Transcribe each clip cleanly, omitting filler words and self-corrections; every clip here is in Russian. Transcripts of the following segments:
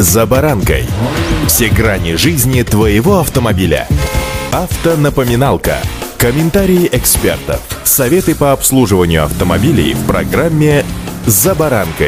«За баранкой». Все грани жизни твоего автомобиля. Автонапоминалка. Комментарии экспертов. Советы по обслуживанию автомобилей в программе «За баранкой».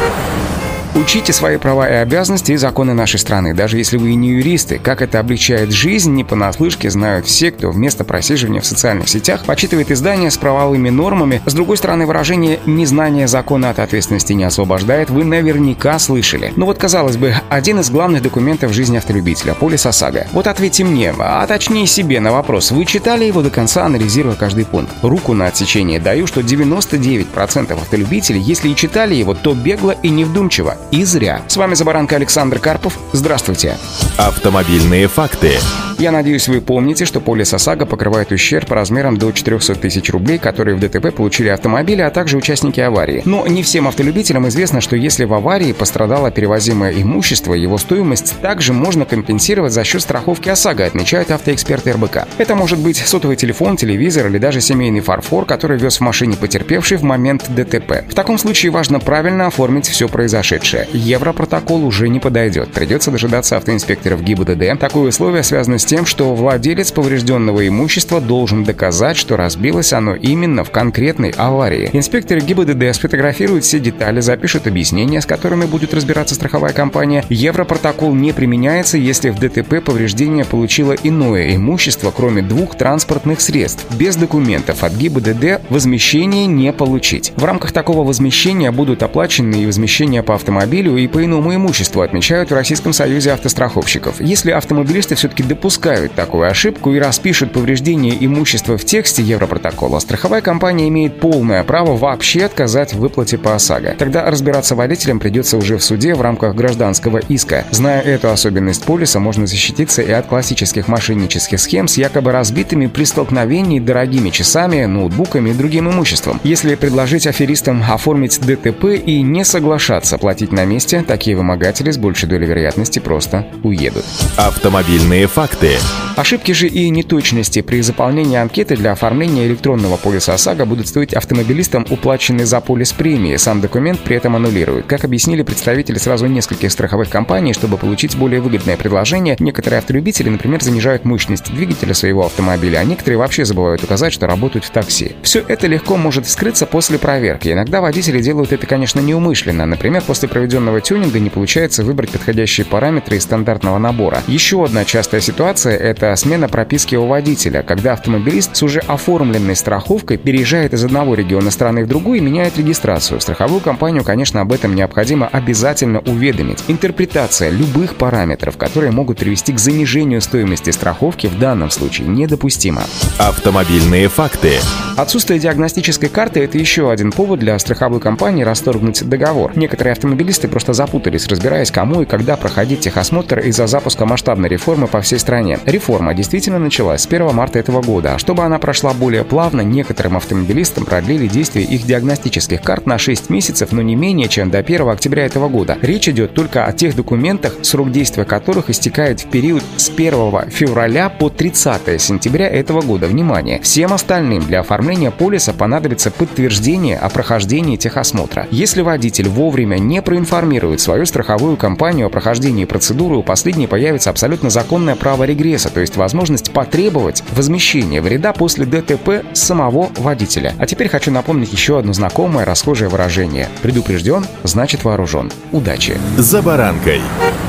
Учите свои права и обязанности и законы нашей страны, даже если вы и не юристы. Как это облегчает жизнь, не понаслышке знают все, кто вместо просиживания в социальных сетях почитывает издания с правовыми нормами. С другой стороны, выражение «незнание закона от ответственности не освобождает» вы наверняка слышали. Ну вот, казалось бы, один из главных документов жизни автолюбителя – полис ОСАГО. Вот ответьте мне, а точнее себе на вопрос, вы читали его до конца, анализируя каждый пункт? Руку на отсечение даю, что 99% автолюбителей, если и читали его, то бегло и невдумчиво. И зря. С вами «За баранкой» Александр Карпов. Здравствуйте. Автомобильные факты. Я надеюсь, вы помните, что полис ОСАГО покрывает ущерб размером до 400 тысяч рублей, которые в ДТП получили автомобили, а также участники аварии. Но не всем автолюбителям известно, что если в аварии пострадало перевозимое имущество, его стоимость также можно компенсировать за счет страховки ОСАГО, отмечают автоэксперты РБК. Это может быть сотовый телефон, телевизор или даже семейный фарфор, который вез в машине потерпевший в момент ДТП. В таком случае важно правильно оформить все произошедшее. Европротокол уже не подойдет. Придется дожидаться автоинспекторов ГИБДД. Такое условие связано с тем, что владелец поврежденного имущества должен доказать, что разбилось оно именно в конкретной аварии. Инспекторы ГИБДД сфотографируют все детали, запишут объяснения, с которыми будет разбираться страховая компания. Европротокол не применяется, если в ДТП повреждение получило иное имущество, кроме двух транспортных средств. Без документов от ГИБДД возмещение не получить. В рамках такого возмещения будут оплачены и возмещения по автомобилю и по иному имуществу, отмечают в Российском союзе автостраховщиков. Если автомобилисты все-таки допускают такую ошибку и распишут повреждение имущества в тексте Европротокола, страховая компания имеет полное право вообще отказать в выплате по ОСАГО. Тогда разбираться водителям придется уже в суде в рамках гражданского иска. Зная эту особенность полиса, можно защититься и от классических мошеннических схем с якобы разбитыми при столкновении дорогими часами, ноутбуками и другим имуществом. Если предложить аферистам оформить ДТП и не соглашаться платить на месте, такие вымогатели с большей долей вероятности просто уедут. Автомобильные факты. Ошибки же и неточности при заполнении анкеты для оформления электронного полиса ОСАГО будут стоить автомобилистам уплаченные за полис премии. Сам документ при этом аннулируют. Как объяснили представители сразу нескольких страховых компаний, чтобы получить более выгодное предложение, некоторые автолюбители, например, занижают мощность двигателя своего автомобиля, а некоторые вообще забывают указать, что работают в такси. Все это легко может вскрыться после проверки. Иногда водители делают это, конечно, неумышленно. Например, после проведенного тюнинга не получается выбрать подходящие параметры из стандартного набора. Еще одна частая ситуация – это смена прописки у водителя, когда автомобилист с уже оформленной страховкой переезжает из одного региона страны в другой и меняет регистрацию. Страховую компанию, конечно, об этом необходимо обязательно уведомить. Интерпретация любых параметров, которые могут привести к занижению стоимости страховки, в данном случае недопустима. Автомобильные факты. Отсутствие диагностической карты – это еще один повод для страховой компании расторгнуть договор. Некоторые автомобилисты просто запутались, разбираясь, кому и когда проходить техосмотр из-за запуска масштабной реформы по всей стране. Реформа действительно началась с 1 марта этого года, а чтобы она прошла более плавно, некоторым автомобилистам продлили действие их диагностических карт на 6 месяцев, но не менее чем до 1 октября этого года. Речь идет только о тех документах, срок действия которых истекает в период с 1 февраля по 30 сентября этого года. Внимание! Всем остальным для оформления полиса понадобится подтверждение о прохождении техосмотра. Если водитель вовремя не проинформирует свою страховую компанию о прохождении процедуры, у последней появится абсолютно законное право регресса, то есть возможность потребовать возмещения вреда после ДТП самого водителя. А теперь хочу напомнить еще одно знакомое расхожее выражение. Предупрежден, значит вооружен. Удачи! За баранкой.